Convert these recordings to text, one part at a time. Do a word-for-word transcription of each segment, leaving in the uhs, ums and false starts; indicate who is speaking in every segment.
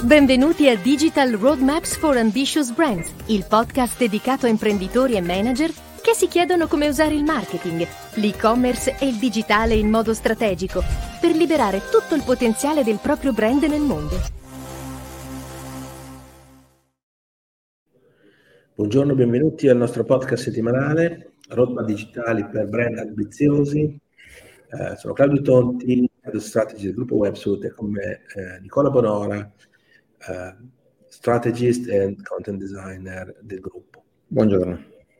Speaker 1: Benvenuti a Digital Roadmaps for Ambitious Brands, il podcast dedicato a imprenditori e manager che si chiedono come usare il marketing, l'e-commerce e il digitale in modo strategico per liberare tutto il potenziale del proprio brand nel mondo.
Speaker 2: Buongiorno, benvenuti al nostro podcast settimanale Roadmap Digitali per Brand Ambiziosi. Eh, sono Claudio Tonti, Head of Strategy del gruppo Websuit, e con me eh, Nicola Bonora, eh, Strategist and Content Designer del gruppo.
Speaker 3: Buongiorno.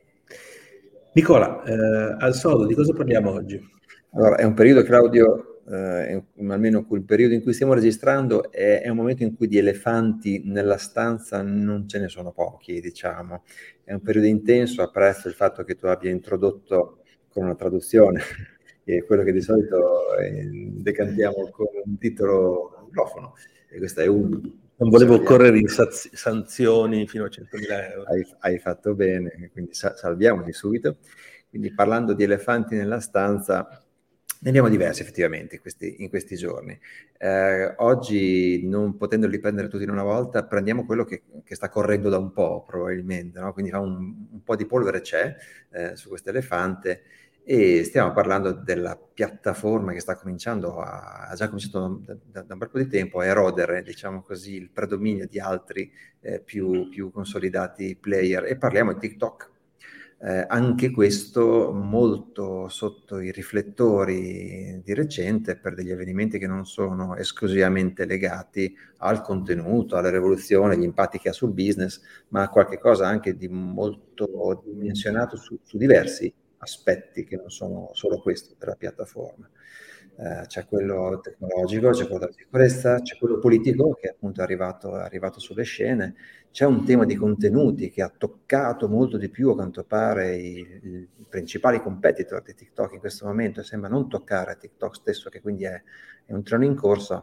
Speaker 2: Nicola, eh, al solito di cosa parliamo oggi?
Speaker 3: Allora, è un periodo, Claudio, eh, almeno il periodo in cui stiamo registrando, è, è un momento in cui di elefanti nella stanza non ce ne sono pochi, diciamo. È un periodo intenso, apprezzo il fatto che tu abbia introdotto con una traduzione e quello che di solito eh, decantiamo con un titolo anglofono, e questo è un...
Speaker 2: Non volevo correre in saz- sanzioni fino a centomila euro.
Speaker 3: Hai, hai fatto bene, quindi sa- salviamoci subito. Quindi parlando di elefanti nella stanza, ne abbiamo diversi effettivamente in questi, in questi giorni. Eh, oggi, non potendoli prendere tutti in una volta, prendiamo quello che, che sta correndo da un po' probabilmente, no? Quindi fa un, un po' di polvere c'è eh, su questo elefante, e stiamo parlando della piattaforma che sta cominciando a, ha già cominciato da, da, da un bel po' di tempo a erodere, diciamo così, il predominio di altri eh, più, più consolidati player, e parliamo di TikTok. Eh, anche questo molto sotto i riflettori di recente per degli avvenimenti che non sono esclusivamente legati al contenuto, alla rivoluzione, agli impatti che ha sul business, ma a qualche cosa anche di molto dimensionato su, su diversi aspetti che non sono solo questo della piattaforma. Eh, c'è quello tecnologico, c'è quello della sicurezza, c'è quello politico che appunto è arrivato, è arrivato sulle scene, c'è un tema di contenuti che ha toccato molto di più a quanto pare i, i principali competitor di TikTok in questo momento, e sembra non toccare TikTok stesso, che quindi è, è un treno in corsa.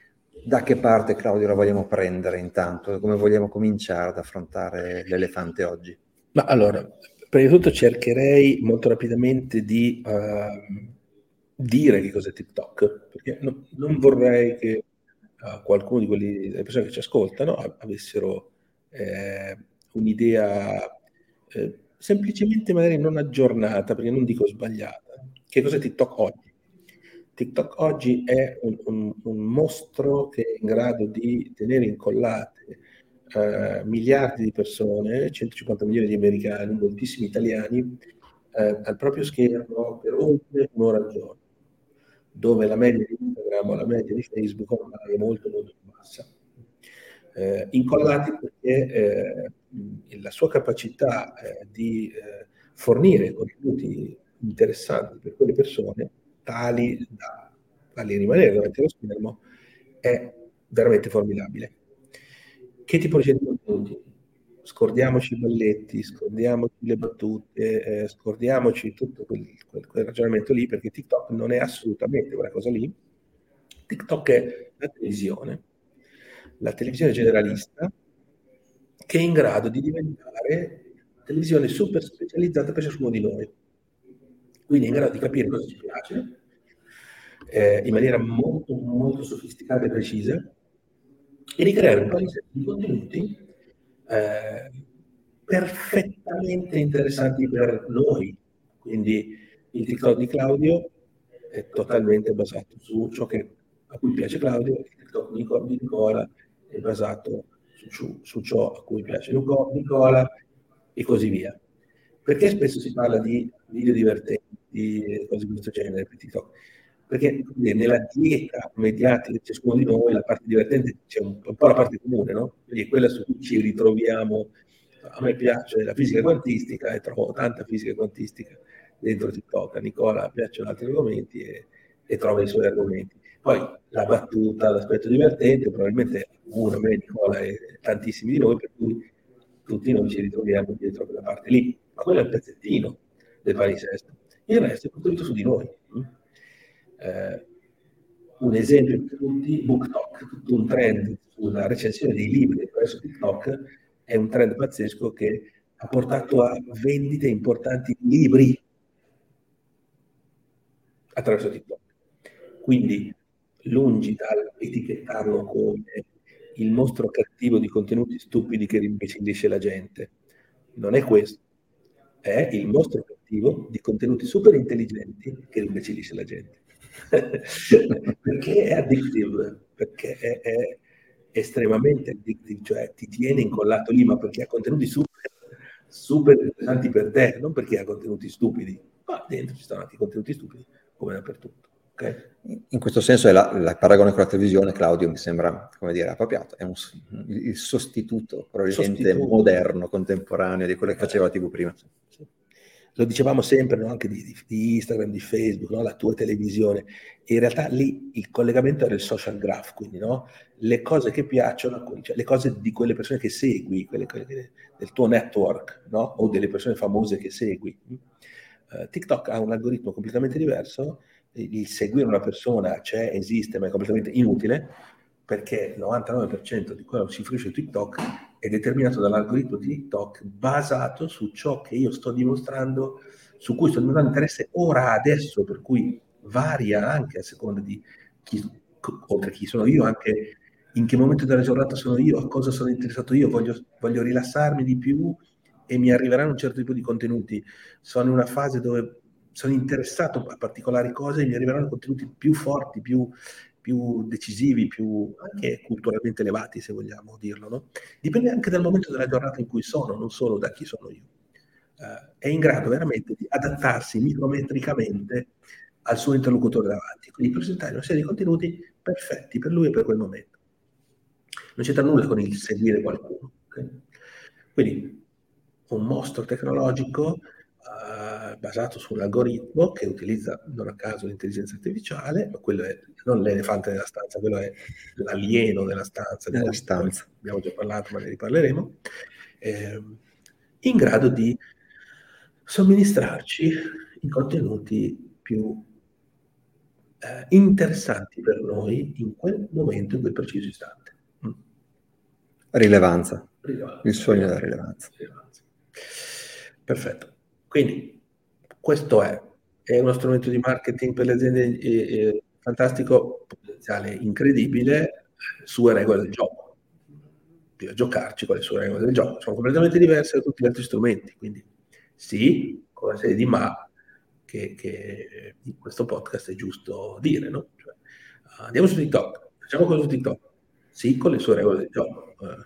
Speaker 3: Da che parte, Claudio, la vogliamo prendere intanto? Come vogliamo cominciare ad affrontare l'elefante oggi?
Speaker 2: Ma allora, prima di tutto cercherei molto rapidamente di uh, dire che cos'è TikTok, perché no, non vorrei che uh, qualcuno di quelli, delle persone che ci ascoltano avessero eh, un'idea eh, semplicemente magari non aggiornata, perché non dico sbagliata. Che cos'è TikTok oggi? TikTok oggi è un, un, un mostro che è in grado di tenere incollate Uh, miliardi di persone, centocinquanta milioni di americani, moltissimi italiani, uh, al proprio schermo per oltre un'ora al giorno, dove la media di Instagram o la media di Facebook ormai è molto molto più bassa. Uh, incollati perché uh, la sua capacità uh, di uh, fornire contenuti interessanti per quelle persone, tali da farli rimanere davanti allo schermo, è veramente formidabile. Che tipologia di contenuti? Scordiamoci i balletti, scordiamoci le battute, eh, scordiamoci tutto quel, quel, quel ragionamento lì, perché TikTok non è assolutamente quella cosa lì. TikTok è la televisione, la televisione generalista, che è in grado di diventare televisione super specializzata per ciascuno di noi. Quindi è in grado di capire cosa ci piace, eh, in maniera molto, molto sofisticata e precisa, e di creare un paese di contenuti eh, perfettamente interessanti per noi. Quindi il TikTok di Claudio è totalmente basato su ciò che, a cui piace Claudio, il TikTok di Nicola è basato su, su ciò a cui piace Nicola, e così via. Perché spesso si parla di video divertenti e cose di questo genere per TikTok? Perché nella dieta mediatica di ciascuno di noi la parte divertente c'è un, un po' la parte comune, no? Quindi è quella su cui ci ritroviamo. A me piace la fisica quantistica e trovo tanta fisica quantistica dentro TikTok. A Nicola piacciono altri argomenti e, e trova i suoi argomenti. Poi la battuta, l'aspetto divertente, probabilmente uno, me, Nicola e tantissimi di noi, per cui tutti noi ci ritroviamo dietro quella parte lì. Ma quello è un pezzettino del palinsesto. Il resto è costruito su di noi. Eh, un esempio per tutti, BookTok, tutto un trend sulla recensione dei libri attraverso TikTok, è un trend pazzesco che ha portato a vendite importanti di libri attraverso TikTok. Quindi, lungi dal etichettarlo come il mostro cattivo di contenuti stupidi che rimbecillisce la gente. Non è questo. È il mostro cattivo di contenuti super intelligenti che rimbecillisce la gente. Perché è addictive, perché è, è estremamente addictive, cioè ti tiene incollato lì, ma perché ha contenuti super, super interessanti per te, non perché ha contenuti stupidi. Ma dentro ci stanno anche contenuti stupidi, come dappertutto. Okay?
Speaker 3: In questo senso è la, la paragone con la televisione, Claudio, mi sembra, come dire, appropriato. È un, il sostituto probabilmente sostituto. moderno, contemporaneo di quello che faceva la tivù prima.
Speaker 2: Sì. Lo dicevamo sempre, no? Anche di, di Instagram, di Facebook, no? La tua televisione. In realtà lì il collegamento era il social graph, quindi no? Le cose che piacciono, cioè le cose di quelle persone che segui, quelle, quelle del tuo network, no? O delle persone famose che segui. Uh, TikTok ha un algoritmo completamente diverso. Il seguire una persona c'è, esiste, ma è completamente inutile, perché il novantanove per cento di quello che si fruisce su TikTok è determinato dall'algoritmo di TikTok basato su ciò che io sto dimostrando, su cui sto dimostrando interesse ora, adesso, per cui varia anche a seconda di chi, oltre a chi sono io, anche in che momento della giornata sono io, a cosa sono interessato io, voglio, voglio rilassarmi di più e mi arriveranno un certo tipo di contenuti. Sono in una fase dove sono interessato a particolari cose e mi arriveranno contenuti più forti, più, più decisivi, più anche culturalmente elevati, se vogliamo dirlo, no? Dipende anche dal momento della giornata in cui sono, non solo da chi sono io. Uh, è in grado veramente di adattarsi micrometricamente al suo interlocutore davanti, quindi presentare una serie di contenuti perfetti per lui e per quel momento. Non c'entra nulla con il seguire qualcuno. Okay? Quindi un mostro tecnologico Uh, basato sull'algoritmo che utilizza non a caso l'intelligenza artificiale, ma quello è non l'elefante della stanza, quello è l'alieno della stanza,
Speaker 3: della stanza.
Speaker 2: Abbiamo già parlato, ma ne riparleremo, eh, in grado di somministrarci i contenuti più eh, interessanti per noi in quel momento, in quel preciso istante. Mm.
Speaker 3: Rilevanza.
Speaker 2: rilevanza.
Speaker 3: Il sogno della rilevanza.
Speaker 2: rilevanza. Perfetto. Quindi questo è, è uno strumento di marketing per le aziende eh, eh, fantastico, potenziale incredibile, sue regole del gioco. Bisogna giocarci con le sue regole del gioco. Sono completamente diverse da tutti gli altri strumenti, quindi sì, con una serie di ma che, che in questo podcast è giusto dire, no? Cioè, andiamo su TikTok, facciamo cosa su TikTok? Sì, con le sue regole del gioco. Eh.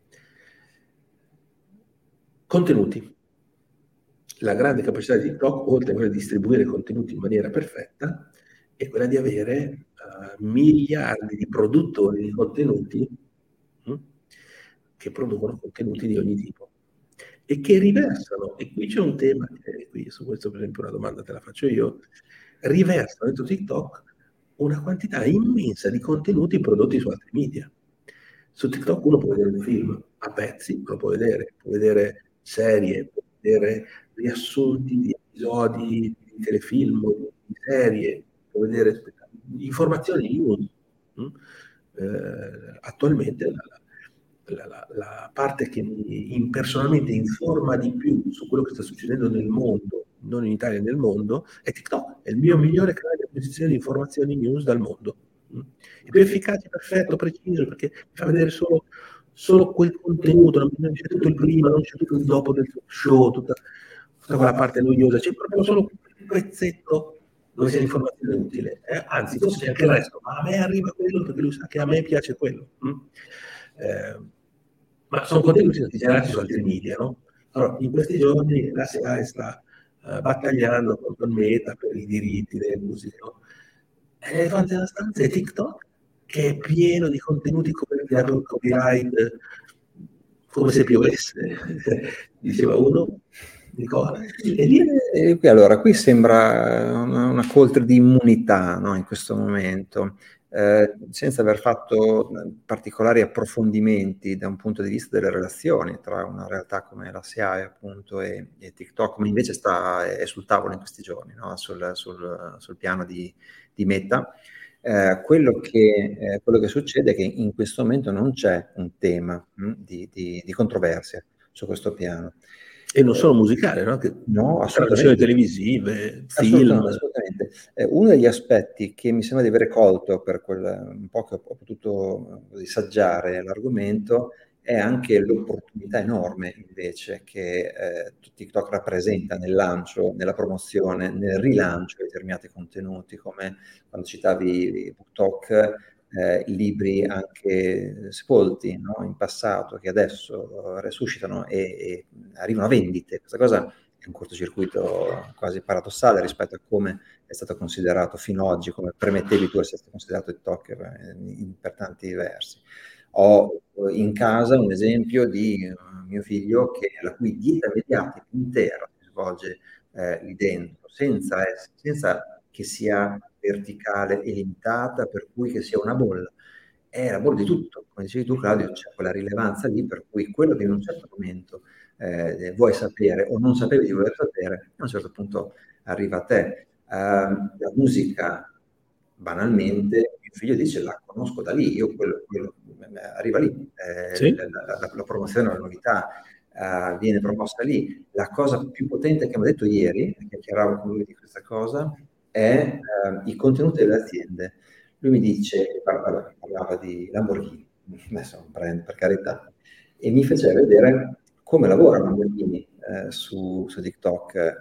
Speaker 2: Contenuti. La grande capacità di TikTok, oltre a quella di distribuire contenuti in maniera perfetta, è quella di avere uh, miliardi di produttori di contenuti hm, che producono contenuti di ogni tipo e che riversano, e qui c'è un tema, e qui su questo per esempio una domanda te la faccio io, riversano dentro TikTok una quantità immensa di contenuti prodotti su altri media. Su TikTok uno può vedere un film a pezzi, lo può vedere, può vedere serie, può vedere riassunti di episodi di telefilm, di serie, può vedere informazioni news. Eh, attualmente la, la, la, la parte che mi personalmente informa di più su quello che sta succedendo nel mondo, non in Italia, nel mondo, è TikTok. È il mio migliore canale di acquisizione di informazioni news dal mondo. È più efficace, perfetto, preciso, perché mi fa vedere solo, solo quel contenuto, non c'è tutto il prima, non c'è tutto il dopo del show, tutta, tutta quella parte noiosa, c'è proprio solo un pezzetto dove c'è l'informazione utile. Eh, anzi, forse c'è anche il resto, ma a me arriva quello perché lui sa che a me piace quello. Mm? Eh, ma sono contenuti generati su altri media, no? Allora, in questi giorni la S E A sta uh, battagliando con Meta per i diritti delle musiche, no? E l'elefante della stanza è TikTok, che è pieno di contenuti coperti da copyright come se piovesse, diceva uno. Nicola. E lì...
Speaker 3: e qui, allora, qui sembra una, una coltre di immunità, no, in questo momento, eh, senza aver fatto particolari approfondimenti da un punto di vista delle relazioni tra una realtà come la S E A appunto e, e TikTok, come invece sta, è sul tavolo in questi giorni, no, sul, sul, sul piano di, di Meta. Eh, quello, che, eh, quello che succede è che in questo momento non c'è un tema mh, di, di, di controversia su questo piano.
Speaker 2: E non solo musicale, no? Che
Speaker 3: no,
Speaker 2: assolutamente. Televisive, film.
Speaker 3: Assolutamente, assolutamente. Eh, uno degli aspetti che mi sembra di avere colto per quel un po' che ho, ho potuto così saggiare l'argomento è anche l'opportunità enorme invece che eh, TikTok rappresenta nel lancio, nella promozione, nel rilancio di determinati contenuti, come quando citavi BookTok, eh, libri anche sepolti, no? In passato, che adesso resuscitano e, e arrivano a vendite. Questa cosa è un cortocircuito quasi paradossale rispetto a come è stato considerato fino ad oggi, come permettevi tu essere considerato TikTok in, per tanti versi. Ho in casa un esempio di uh, mio figlio che, la cui dieta mediatica intera si svolge eh, lì dentro, senza, essere, senza che sia verticale e limitata, per cui che sia una bolla. È la bolla di tutto, come dicevi tu Claudio, c'è quella rilevanza lì, per cui quello che in un certo momento eh, vuoi sapere o non sapevi di voler sapere, a un certo punto arriva a te. Uh, la musica, banalmente, mio figlio dice la conosco da lì, io quello, quello arriva lì, eh,
Speaker 2: Sì.
Speaker 3: la, la, la promozione, la novità uh, viene promossa lì. La cosa più potente che mi ha detto ieri, che chiaravo con lui di questa cosa, è uh, i contenuti delle aziende. Lui mi dice, parlava, parlava di Lamborghini, adesso è un brand per carità, e mi faceva vedere come lavora Lamborghini eh, su, su TikTok, eh,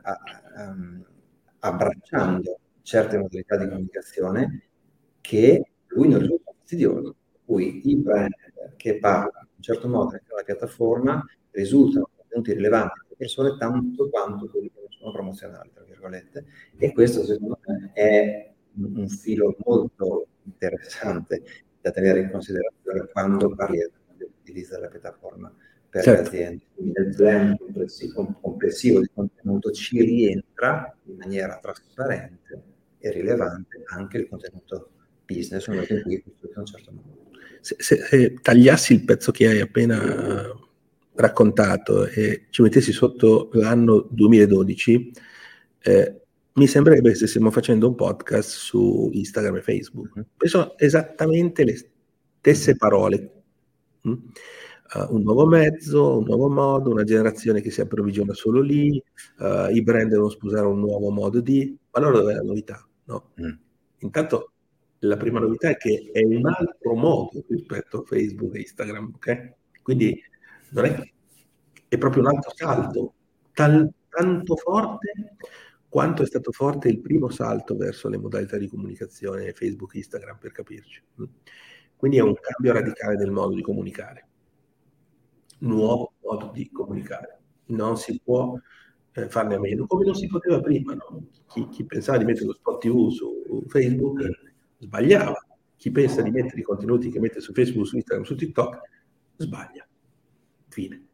Speaker 3: um, abbracciando certe modalità di comunicazione che lui non risulta fastidioso. Per cui i brand che parlano in un certo modo nella piattaforma risultano contenuti rilevanti per le persone tanto quanto quelli che non sono promozionali, tra virgolette, e questo secondo me è un, un filo molto interessante da tenere in considerazione quando parliamo dell'utilizzo della piattaforma per certo. le aziende. Quindi nel blend complessivo, complessivo di contenuto ci rientra in maniera trasparente e rilevante anche il contenuto business, nel momento in cui questo è un certo modo.
Speaker 2: Se, se, se tagliassi il pezzo che hai appena raccontato e ci mettessi sotto l'anno duemiladodici, eh, mi sembrerebbe che stiamo facendo un podcast su Instagram e Facebook. Mm-hmm. Sono esattamente le stesse parole. Mm? Uh, un nuovo mezzo, un nuovo modo, una generazione che si approvvigiona solo lì, uh, i brand devono sposare un nuovo modo di... Ma allora dov'è la novità? No? Mm. Intanto la prima novità è che è un altro modo rispetto a Facebook e Instagram, ok? Quindi non è, è proprio un altro salto, tal, tanto forte quanto è stato forte il primo salto verso le modalità di comunicazione Facebook e Instagram, per capirci. Quindi è un cambio radicale del modo di comunicare, nuovo modo di comunicare, non si può eh, farne a meno, come non si poteva prima, no? Chi, chi pensava di mettere lo spot tivù su Facebook sbagliava, chi pensa di mettere i contenuti che mette su Facebook, su Instagram, su TikTok, sbaglia. Fine.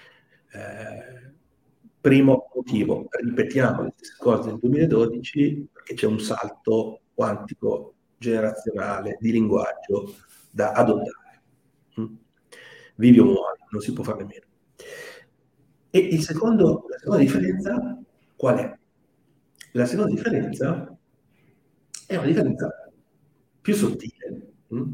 Speaker 2: Eh, primo motivo, ripetiamo le stesse cose del duemiladodici perché c'è un salto quantico generazionale di linguaggio da adottare. Mm? Vivi o muori, non si può fare meno. E il secondo, la seconda differenza qual è? La seconda differenza è una differenza più sottile mh?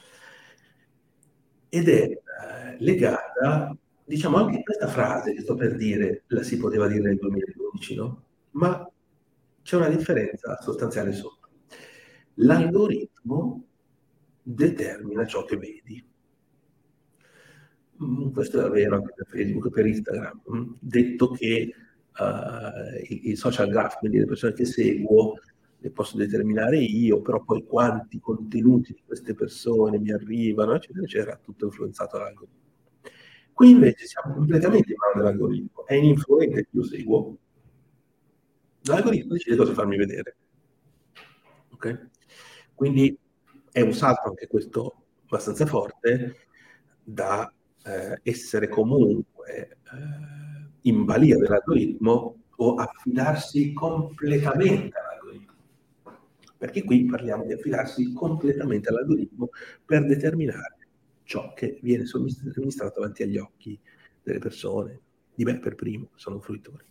Speaker 2: ed è eh, legata, diciamo, anche questa frase che sto per dire la si poteva dire nel duemiladodici, no? Ma c'è una differenza sostanziale sotto. L'algoritmo determina ciò che vedi. Questo è vero anche per Facebook e per Instagram, detto che uh, i, i social graph, quindi le persone che seguo, le posso determinare io, però poi quanti contenuti di queste persone mi arrivano, eccetera, eccetera, tutto influenzato dall'algoritmo. Qui invece siamo completamente in mano dell'algoritmo, è ininfluente chi lo seguo, l'algoritmo decide cosa farmi vedere. Ok? Quindi è un salto anche questo abbastanza forte da eh, essere comunque eh, in balia dell'algoritmo o affidarsi completamente all'algoritmo. Perché qui parliamo di affidarsi completamente all'algoritmo per determinare ciò che viene somministrato davanti agli occhi delle persone, di me per primo, sono un fruitore.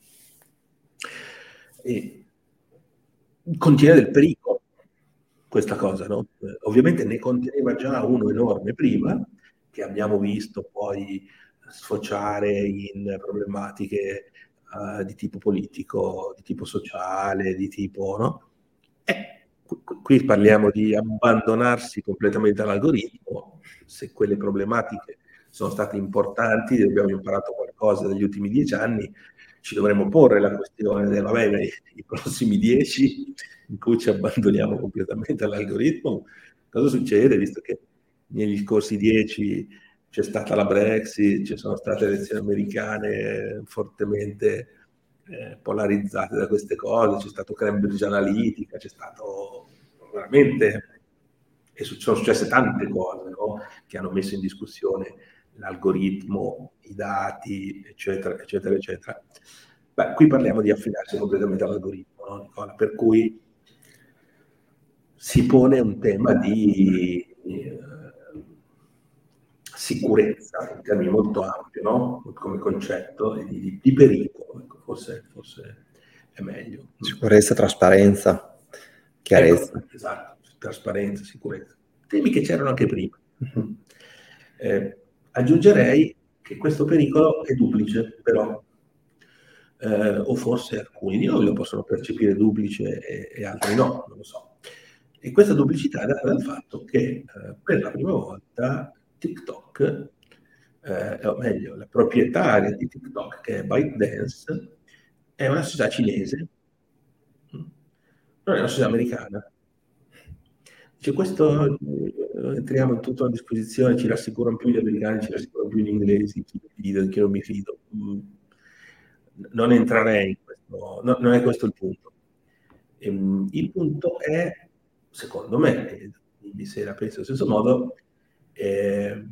Speaker 2: E contiene del pericolo questa cosa, no? Eh, ovviamente ne conteneva già uno enorme prima, che abbiamo visto poi sfociare in problematiche uh, di tipo politico, di tipo sociale, di tipo, no? Eh, qui parliamo di abbandonarsi completamente all'algoritmo. Se quelle problematiche sono state importanti, abbiamo imparato qualcosa negli ultimi dieci anni, ci dovremmo porre la questione del, vabbè, i prossimi dieci in cui ci abbandoniamo completamente all'algoritmo, cosa succede, visto che negli scorsi dieci c'è stata la Brexit, ci sono state elezioni americane fortemente eh, polarizzate da queste cose, c'è stato Cambridge Analytica, c'è stato veramente, e sono successe tante cose, no? Che hanno messo in discussione l'algoritmo, i dati, eccetera, eccetera, eccetera. Beh, qui parliamo di affidarsi completamente all'algoritmo, no, Nicola? Per cui si pone un tema di eh, sicurezza in termini molto ampio, no? Come concetto, e di, di pericolo, ecco, forse, forse è meglio.
Speaker 3: Sicurezza, trasparenza, chiarezza.
Speaker 2: Ecco, esatto, trasparenza, sicurezza. Temi che c'erano anche prima. Uh-huh. Eh, aggiungerei che questo pericolo è duplice, però, eh, o forse alcuni di noi lo possono percepire duplice e, e altri no, non lo so. E questa duplicità è data dal fatto che eh, per la prima volta TikTok, eh, o meglio, la proprietaria di TikTok, che è ByteDance, è una società cinese, non è una società americana. Cioè, questo eh, entriamo in tutta una disposizione, ci rassicurano più gli americani, ci rassicurano più gli inglesi, chi mi fido, chi non mi fido. Mm. Non entrerei in questo, no, non è questo il punto. Ehm, il punto è, secondo me, e dimmi se la penso allo stesso modo, eh,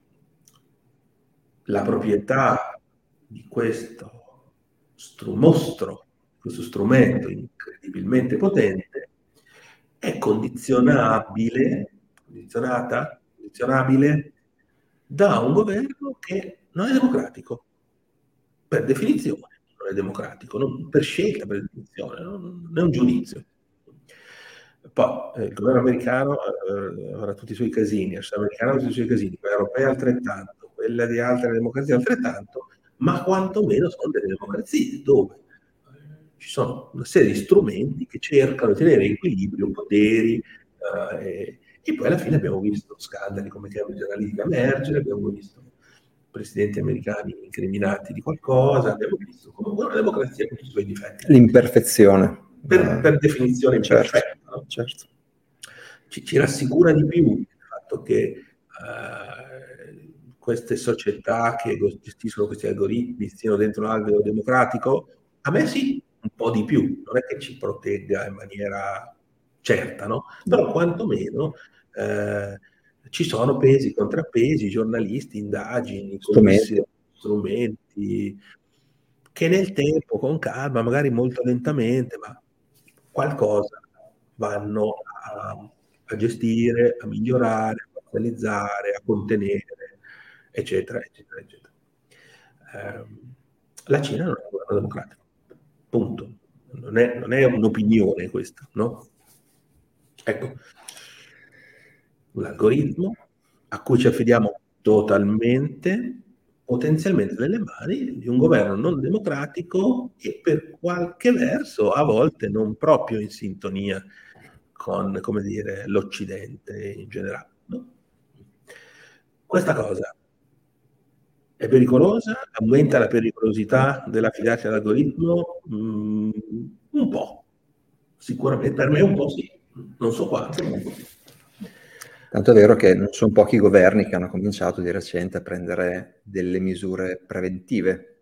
Speaker 2: la proprietà di questo stru- mostro, questo strumento incredibilmente potente, è condizionabile, condizionata, condizionabile da un governo che non è democratico, per definizione non è democratico, non per scelta, per definizione, non è un giudizio. Poi eh, il governo americano eh, avrà tutti i suoi casini, il americano avrà tutti i suoi casini, quella europea altrettanto, quella di altre democrazie altrettanto, ma quantomeno sono delle democrazie dove ci sono una serie di strumenti che cercano di tenere in equilibrio poteri eh, e, e poi alla fine abbiamo visto scandali come Cambridge Analytica emergere, abbiamo visto presidenti americani incriminati di qualcosa, abbiamo visto comunque una democrazia con tutti i suoi difetti.
Speaker 3: L'imperfezione.
Speaker 2: Per, per definizione imperfetta.
Speaker 3: Certo,
Speaker 2: no?
Speaker 3: certo.
Speaker 2: Ci, ci rassicura di più il fatto che uh, queste società che gestiscono questi algoritmi stiano dentro un alveo democratico? A me sì, un po' di più, non è che ci protegga in maniera certa, no? Però quantomeno eh, ci sono pesi, contrappesi, giornalisti, indagini,
Speaker 3: strumenti.
Speaker 2: strumenti che nel tempo, con calma, magari molto lentamente, ma qualcosa vanno a, a gestire, a migliorare, a analizzare, a contenere, eccetera, eccetera, eccetera. Eh, la Cina non è un governo democratico, punto. Non è, non è un'opinione questa, no? Ecco, l'algoritmo a cui ci affidiamo totalmente, potenzialmente nelle mani di un governo non democratico e per qualche verso a volte non proprio in sintonia con, come dire, l'Occidente in generale. No? Questa cosa è pericolosa, aumenta la pericolosità dell'affidarsi all'algoritmo? Mm, un po', sicuramente, per me un po' sì, non so quanto, ma un po' sì.
Speaker 3: Tanto è vero che non sono pochi governi che hanno cominciato di recente a prendere delle misure preventive,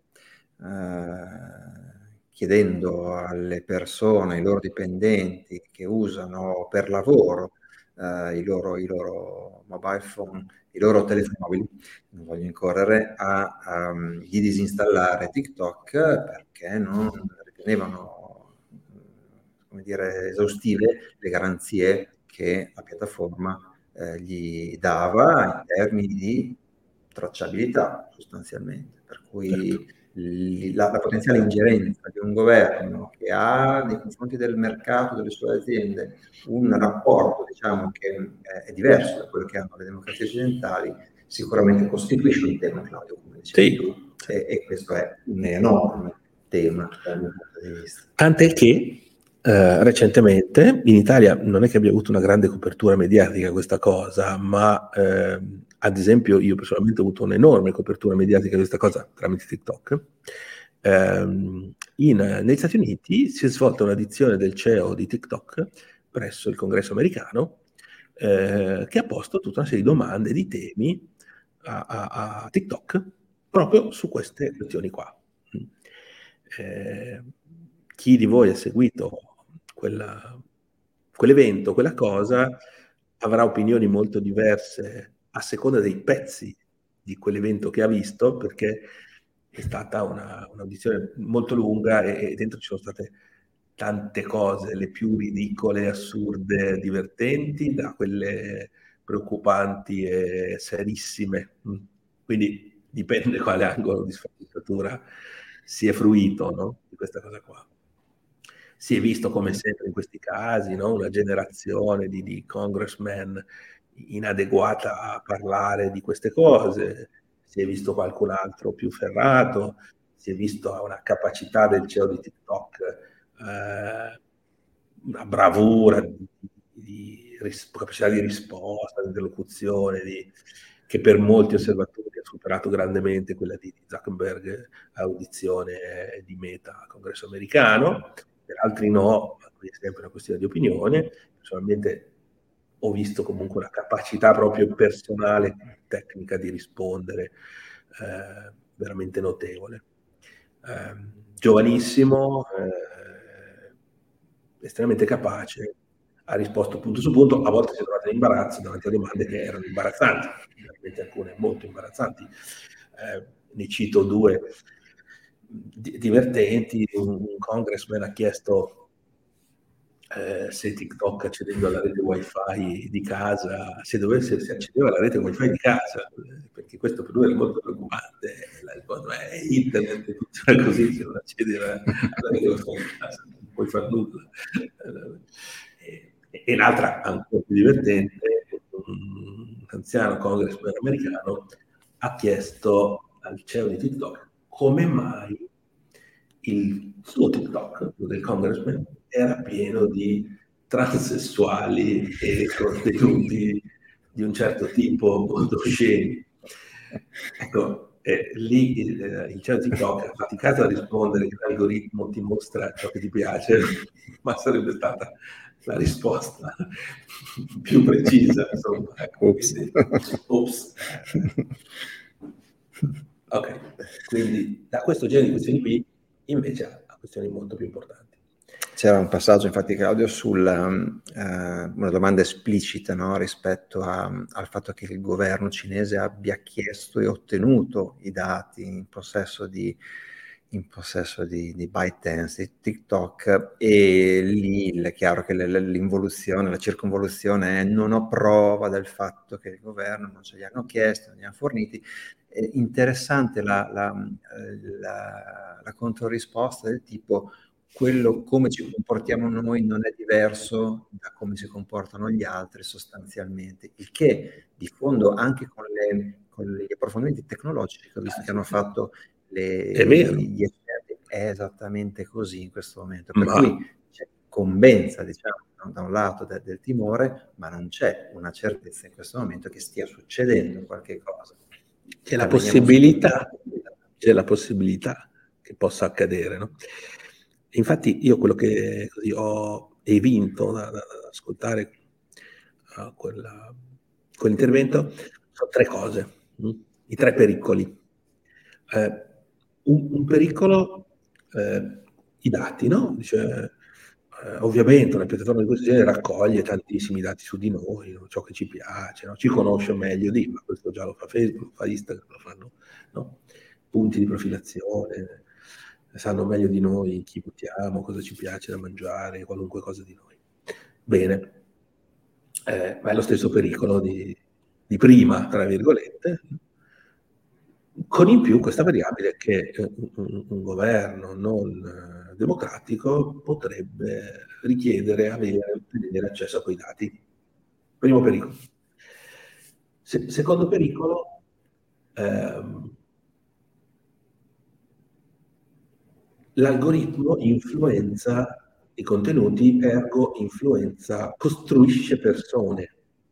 Speaker 3: eh, chiedendo alle persone, ai loro dipendenti che usano per lavoro eh, i, loro, i loro mobile phone, i loro telefoni mobili, non voglio incorrere, a, a, di disinstallare TikTok perché non ritenevano, come dire, esaustive le garanzie che la piattaforma eh, gli dava in termini di tracciabilità sostanzialmente, per cui li, la, la potenziale ingerenza di un governo che ha nei confronti del mercato, delle sue aziende, un rapporto diciamo che eh, è diverso da quello che hanno le democrazie occidentali, sicuramente costituisce un tema, Claudio, come dicevi
Speaker 2: sì.
Speaker 3: tu, e, e questo è un enorme tema dal mio punto di vista.
Speaker 2: Tant'è che eh, recentemente. In Italia non è che abbia avuto una grande copertura mediatica questa cosa, ma eh, ad esempio io personalmente ho avuto un'enorme copertura mediatica di questa cosa tramite TikTok. Eh, in, negli Stati Uniti si è svolta un'audizione del C E O di TikTok presso il Congresso americano, eh, che ha posto tutta una serie di domande, di temi a, a, a TikTok proprio su queste questioni qua. Eh, chi di voi ha seguito quella, quell'evento, quella cosa, avrà opinioni molto diverse a seconda dei pezzi di quell'evento che ha visto, perché è stata una, un'audizione molto lunga e, e dentro ci sono state tante cose, le più ridicole, assurde, divertenti, da quelle preoccupanti e serissime. Quindi dipende quale angolo di sfaccettatura si è fruito, no? Di questa cosa qua. Si è visto, come sempre in questi casi, no? Una generazione di, di congressmen inadeguata a parlare di queste cose, si è visto qualcun altro più ferrato, si è visto una capacità del C E O di TikTok, eh, una bravura, di, di, di capacità di risposta, di interlocuzione, di, che per molti osservatori ha superato grandemente quella di Zuckerberg all'audizione di Meta al Congresso americano. Per altri no, ma qui è sempre una questione di opinione. Personalmente ho visto comunque una capacità proprio personale, tecnica di rispondere eh, veramente notevole. Eh, giovanissimo, eh, estremamente capace, ha risposto punto su punto, a volte si è trovato in imbarazzo davanti a domande che erano imbarazzanti, veramente alcune molto imbarazzanti. Eh, ne cito due divertenti. Un, un congressman ha chiesto eh, se TikTok, accedendo alla rete wifi di casa, se dovesse, se accedeva alla rete wifi di casa, perché questo per lui era molto preoccupante. La risposta è internet, funziona così, se non accedi alla, alla rete wifi di casa non puoi fare nulla. E, e l'altra, ancora più divertente, un anziano congressman americano ha chiesto al C E O di TikTok come mai il suo TikTok, del congressman, era pieno di transessuali e contenuti di un certo tipo molto osceni. Ecco, eh, lì il, il C E O di TikTok ha faticato a rispondere che l'algoritmo ti mostra ciò che ti piace, ma sarebbe stata la risposta più precisa, insomma. Ecco,
Speaker 3: Ops.
Speaker 2: quindi, ops. Ok, quindi da questo genere di questioni qui invece a questioni molto più importanti.
Speaker 3: C'era un passaggio, infatti, Claudio, sulla uh, una domanda esplicita, no, rispetto a, al fatto che il governo cinese abbia chiesto e ottenuto i dati in possesso di in possesso di, di ByteDance, di TikTok, e lì è chiaro che l'involuzione, la circonvoluzione è: non ho prova del fatto che il governo non ce li hanno chiesti, non li hanno forniti. È interessante la, la, la, la controrisposta del tipo: quello come ci comportiamo noi non è diverso da come si comportano gli altri sostanzialmente, il che di fondo anche con, le, con gli approfondimenti tecnologici che ho visto che hanno fatto le,
Speaker 2: è vero.
Speaker 3: gli esperti, è esattamente così in questo momento, per
Speaker 2: ma...
Speaker 3: cui c'è incombenza, diciamo, da un lato del, del timore, ma non c'è una certezza in questo momento che stia succedendo qualche cosa.
Speaker 2: C'è la possibilità, c'è la possibilità che possa accadere, no? Infatti io quello che così ho evinto da, da, da ascoltare uh, quella, quell'intervento sono tre cose, mh? I tre pericoli. Eh, un, un pericolo, eh, i dati, no? Dice, eh, ovviamente una piattaforma di questo genere raccoglie tantissimi dati su di noi, no? Ciò che ci piace, no? Ci conosce meglio di, ma questo già lo fa Facebook, lo fa Instagram, lo fanno, no? Punti di profilazione, sanno meglio di noi chi votiamo, cosa ci piace da mangiare, qualunque cosa di noi. Bene, eh, ma è lo stesso pericolo di, di prima, tra virgolette, con in più questa variabile che un, un governo non democratico potrebbe richiedere, avere, ottenere accesso a quei dati. Primo pericolo. Se, secondo pericolo, ehm, l'algoritmo influenza i contenuti, ergo influenza, costruisce persone.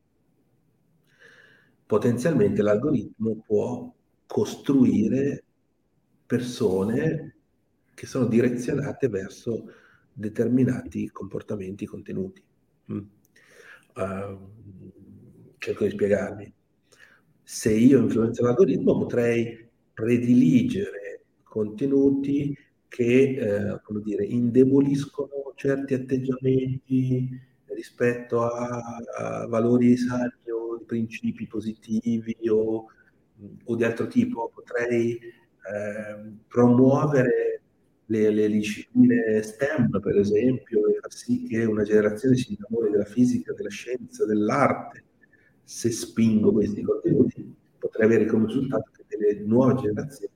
Speaker 2: Potenzialmente l'algoritmo può costruire persone che sono direzionate verso determinati comportamenti, contenuti. Mm. Uh, cerco di spiegarmi. Se io influenzo l'algoritmo, potrei prediligere contenuti che eh, come dire, indeboliscono certi atteggiamenti rispetto a, a valori sani o principi positivi o, o di altro tipo. Potrei eh, promuovere le, le discipline STEM, per esempio, e far sì che una generazione si innamori della fisica, della scienza, dell'arte. Se spingo questi contenuti, potrei avere come risultato che delle nuove generazioni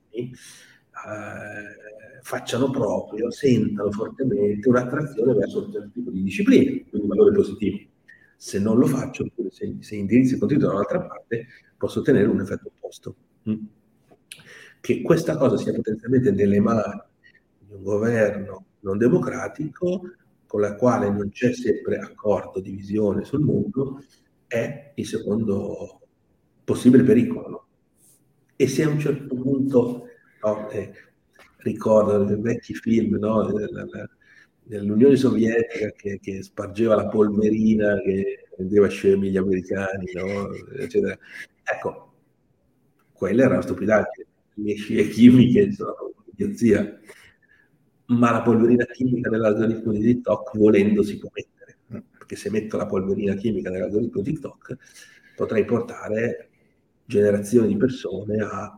Speaker 2: eh, facciano proprio, sentano fortemente un'attrazione verso un certo tipo di discipline, quindi valori positivi. Se non lo faccio, oppure se, se indirizzo il contenuto da un'altra parte, posso ottenere un effetto opposto. Mm. Che questa cosa sia potenzialmente nelle mani di un governo non democratico, con la quale non c'è sempre accordo, divisione sul mondo, è il secondo possibile pericolo. No? E se a un certo punto, no, eh, ricordo i vecchi film, no, dell'Unione Sovietica che, che spargeva la polverina, che rendeva scemi gli americani, no, eccetera. Ecco, quella era una stupidaggine. Le scie chimiche sono idiozia, ma la polverina chimica nell'algoritmo di TikTok volendo si può mettere, perché se metto la polverina chimica nell'algoritmo di TikTok potrei portare generazioni di persone a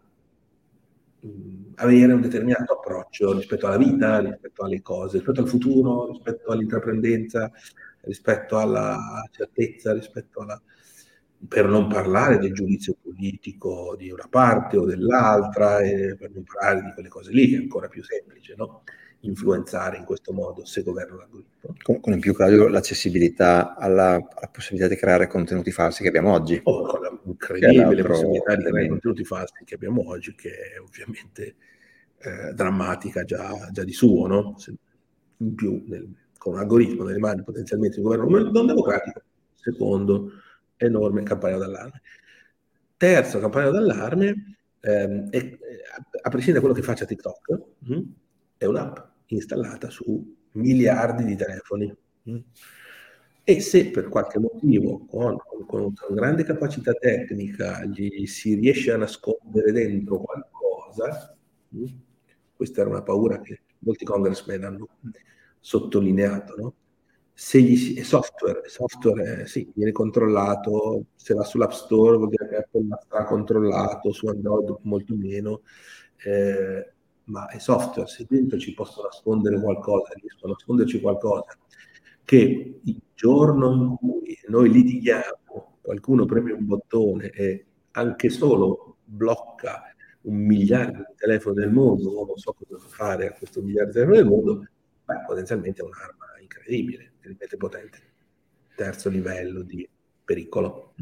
Speaker 2: mh, avere un determinato approccio rispetto alla vita, rispetto alle cose, rispetto al futuro, rispetto all'intraprendenza, rispetto alla certezza, rispetto alla... per non parlare del giudizio politico di una parte o dell'altra, e per non parlare di quelle cose lì, che è ancora più semplice, no? Influenzare in questo modo se governo l'algoritmo.
Speaker 3: Con, con in più caso l'accessibilità alla, alla possibilità di creare contenuti falsi che abbiamo oggi.
Speaker 2: Oh, con la incredibile possibilità di creare contenuti falsi che abbiamo oggi, che è ovviamente eh, drammatica già, già di suo, no? Se, in più, nel, con un algoritmo nelle mani potenzialmente di un governo non democratico. Secondo, enorme campagna d'allarme. Terzo, campagna d'allarme, ehm, è, a prescindere da quello che faccia TikTok, mh, è un'app installata su miliardi di telefoni. Mh. E se per qualche motivo, con, con, con grande capacità tecnica, gli si riesce a nascondere dentro qualcosa, mh, questa era una paura che molti congressmen hanno sottolineato, no? Se gli si, è software, software eh, sì, viene controllato, se va sull'App Store vuol dire che Apple l'ha controllato, su Android molto meno, eh, ma è software, se dentro ci possono nascondere qualcosa, riescono a nasconderci qualcosa, che il giorno in cui noi litighiamo, qualcuno preme un bottone e anche solo blocca un miliardo di telefoni del mondo, non so cosa fare a questo miliardo di telefoni del mondo, beh, potenzialmente è un'arma incredibile, incredibilmente potente. Terzo livello di pericolo.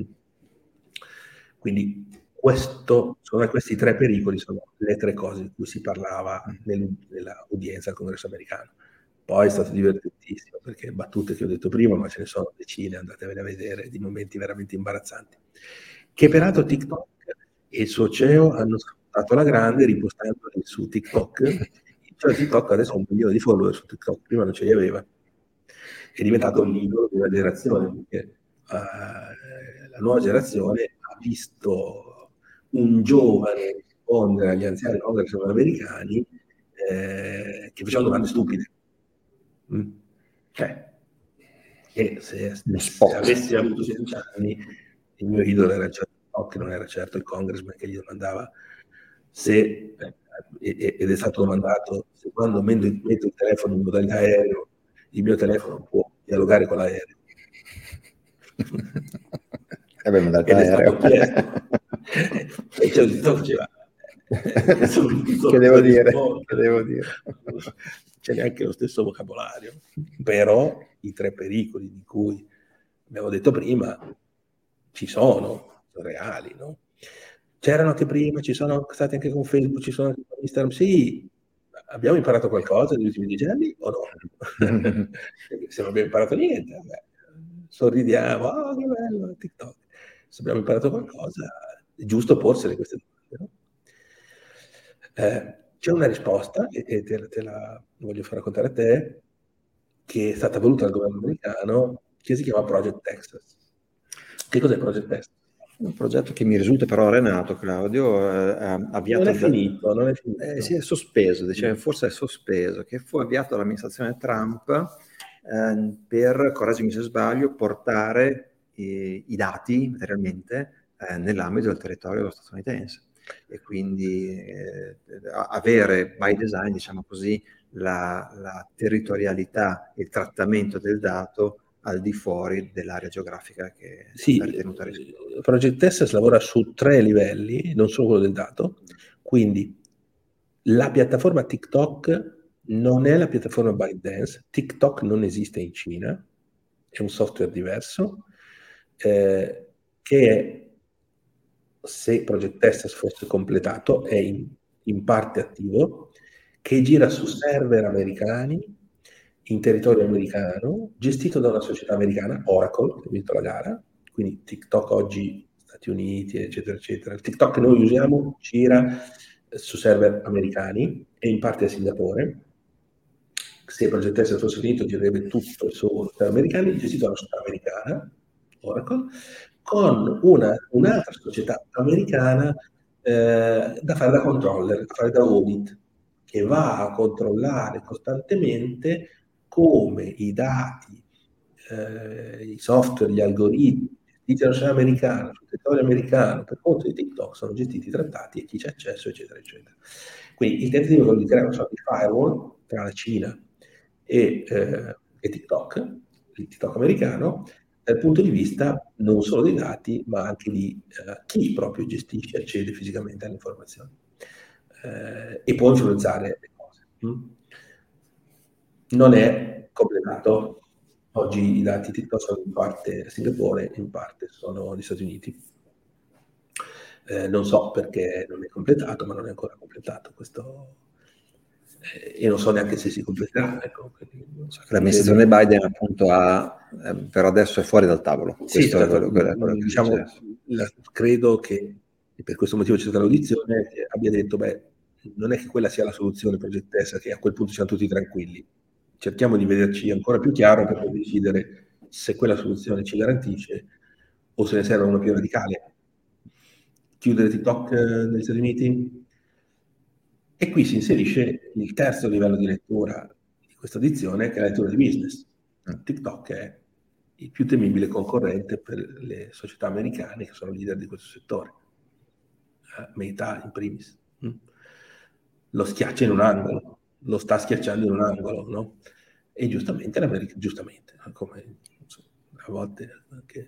Speaker 2: Quindi questo, sono questi tre pericoli sono le tre cose di cui si parlava nel, nell'udienza al Congresso americano. Poi è stato divertentissimo, perché battute che ho detto prima, ma ce ne sono decine, andatevene a vedere, di momenti veramente imbarazzanti. Che peraltro TikTok e il suo C E O hanno sfruttato la grande ripostandoli su TikTok. Cioè TikTok adesso ha un milione di follower su TikTok, prima non ce li aveva. È diventato l'idolo di una generazione, perché uh, la nuova generazione ha visto un giovane rispondere agli anziani congressmen americani eh, che facevano domande stupide. Mm. Cioè, e se, se avessi avuto sedici anni, il mio idolo era certo TikTok, non era certo il congressman che gli domandava se, eh, ed è stato domandato se quando metto il, metto il telefono in modalità aereo, il mio telefono può dialogare con l'aereo.
Speaker 3: Eh beh, modalità
Speaker 2: ed è
Speaker 3: aereo.
Speaker 2: stato chiesto. E cioè, il faceva, eh,
Speaker 3: che devo dire? Che devo dire?
Speaker 2: C'è neanche lo stesso vocabolario, però i tre pericoli di cui abbiamo detto prima ci sono, sono reali, no? C'erano anche prima, ci sono stati anche con Facebook, ci sono anche con Instagram, sì, abbiamo imparato qualcosa negli ultimi dieci anni o no? Se non abbiamo imparato niente, vabbè, sorridiamo, oh che bello TikTok. Se abbiamo imparato qualcosa, è giusto porsene queste domande, no? Eh, c'è una risposta, e te, te la voglio far raccontare a te, che è stata voluta dal governo americano, che si chiama Project Texas. Che cos'è Project Texas?
Speaker 3: Un progetto che mi risulta però renato, Claudio, eh, avviato...
Speaker 2: Non è
Speaker 3: da...
Speaker 2: finito, non è finito.
Speaker 3: Eh, si è sospeso, diciamo, forse è sospeso, che fu avviato dall'amministrazione Trump eh, per, correggimi se sbaglio, portare i, i dati materialmente eh, nell'ambito del territorio statunitense. E quindi eh, avere by design, diciamo così, la, la territorialità e il trattamento del dato al di fuori dell'area geografica che
Speaker 2: sì,
Speaker 3: è ritenuta rischiosa.
Speaker 2: Project Texas lavora su tre livelli, non solo quello del dato, quindi la piattaforma TikTok non è la piattaforma ByteDance, TikTok non esiste in Cina, è un software diverso, eh, che è, se Project Texas fosse completato, è in, in parte attivo, che gira su server americani, in territorio americano, gestito da una società americana, Oracle, che ha vinto la gara, quindi TikTok oggi, Stati Uniti, eccetera, eccetera. Il TikTok che noi usiamo gira su server americani e in parte a Singapore. Se il progetto S fosse finito, girerebbe tutto su server americani, gestito da una società americana, Oracle, con una, un'altra società americana eh, da fare da controller, da fare da audit, che va a controllare costantemente come i dati, eh, i software, gli algoritmi gestiti dalla società americana, sul territorio americano, per conto di TikTok, sono gestiti, trattati e chi c'è accesso, eccetera, eccetera. Quindi il tentativo è quello di creare una sorta di firewall tra la Cina e, eh, e TikTok, il TikTok americano, dal punto di vista non solo dei dati, ma anche di eh, chi proprio gestisce e accede fisicamente alle informazioni eh, e può influenzare le cose. Mm? Non è completato. Oggi i dati TikTok sono in parte a Singapore, in parte sono negli Stati Uniti. Eh, non so perché non è completato, ma non è ancora completato questo, eh, e non so neanche se si completerà. Ecco.
Speaker 3: So che l'amministrazione Biden appunto ha, eh, per adesso è fuori dal tavolo.
Speaker 2: Sì,
Speaker 3: questo
Speaker 2: esatto.
Speaker 3: è quello, quello, quello che
Speaker 2: diciamo, la, credo che, e per questo motivo c'è stata l'audizione, che abbia detto, beh, non è che quella sia la soluzione progettessa, che a quel punto siamo tutti tranquilli. Cerchiamo di vederci ancora più chiaro per poi decidere se quella soluzione ci garantisce o se ne serve una più radicale. Chiudere TikTok negli Stati Uniti? E qui si inserisce il terzo livello di lettura di questa edizione, che è la lettura di business. TikTok è il più temibile concorrente per le società americane che sono leader di questo settore. Meta in primis. Lo schiaccia in un angolo, lo sta schiacciando in un angolo, no? E giustamente l'America, giustamente, come insomma, a volte anche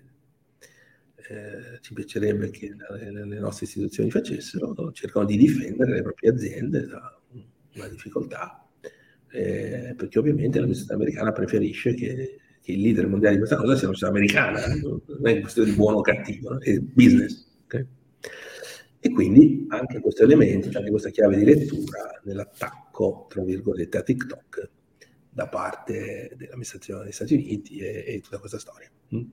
Speaker 2: eh, ci piacerebbe che le, le nostre istituzioni facessero, cercano di difendere le proprie aziende da una difficoltà, eh, perché ovviamente l'amministrazione americana preferisce che, che il leader mondiale di questa cosa sia una società americana, non è questione di buono o cattivo, no? È business. Okay? E quindi anche questo elemento, cioè anche questa chiave di lettura nell'attacco, tra virgolette, a TikTok da parte dell'amministrazione degli Stati Uniti e, e tutta questa storia. Mm.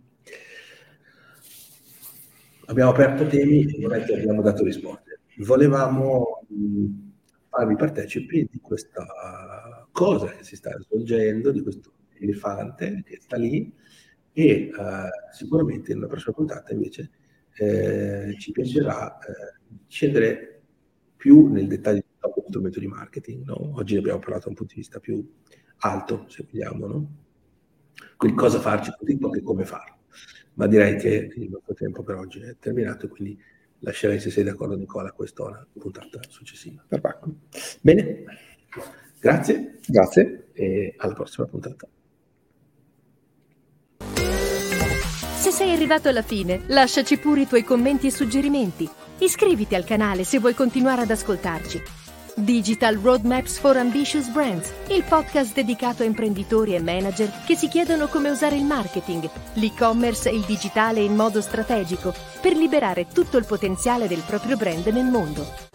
Speaker 2: Abbiamo aperto temi e non è che abbiamo dato risposte. Volevamo mh, farvi partecipi di questa cosa che si sta svolgendo, di questo elefante che sta lì e uh, sicuramente in una prossima puntata invece eh, ci piacerà eh, scendere più nel dettaglio dello strumento di marketing. No? Oggi abbiamo parlato da un punto di vista più alto, se vogliamo, no? Quindi cosa farci con TikTok e come farlo. Ma direi che il nostro tempo per oggi è terminato, quindi lascerei, se sei d'accordo Nicola, questa una puntata successiva.
Speaker 3: Perfetto. Bene.
Speaker 2: Grazie.
Speaker 3: Grazie.
Speaker 2: E alla prossima puntata.
Speaker 1: Se sei arrivato alla fine, lasciaci pure i tuoi commenti e suggerimenti. Iscriviti al canale se vuoi continuare ad ascoltarci. Digital Roadmaps for Ambitious Brands, il podcast dedicato a imprenditori e manager che si chiedono come usare il marketing, l'e-commerce e il digitale in modo strategico per liberare tutto il potenziale del proprio brand nel mondo.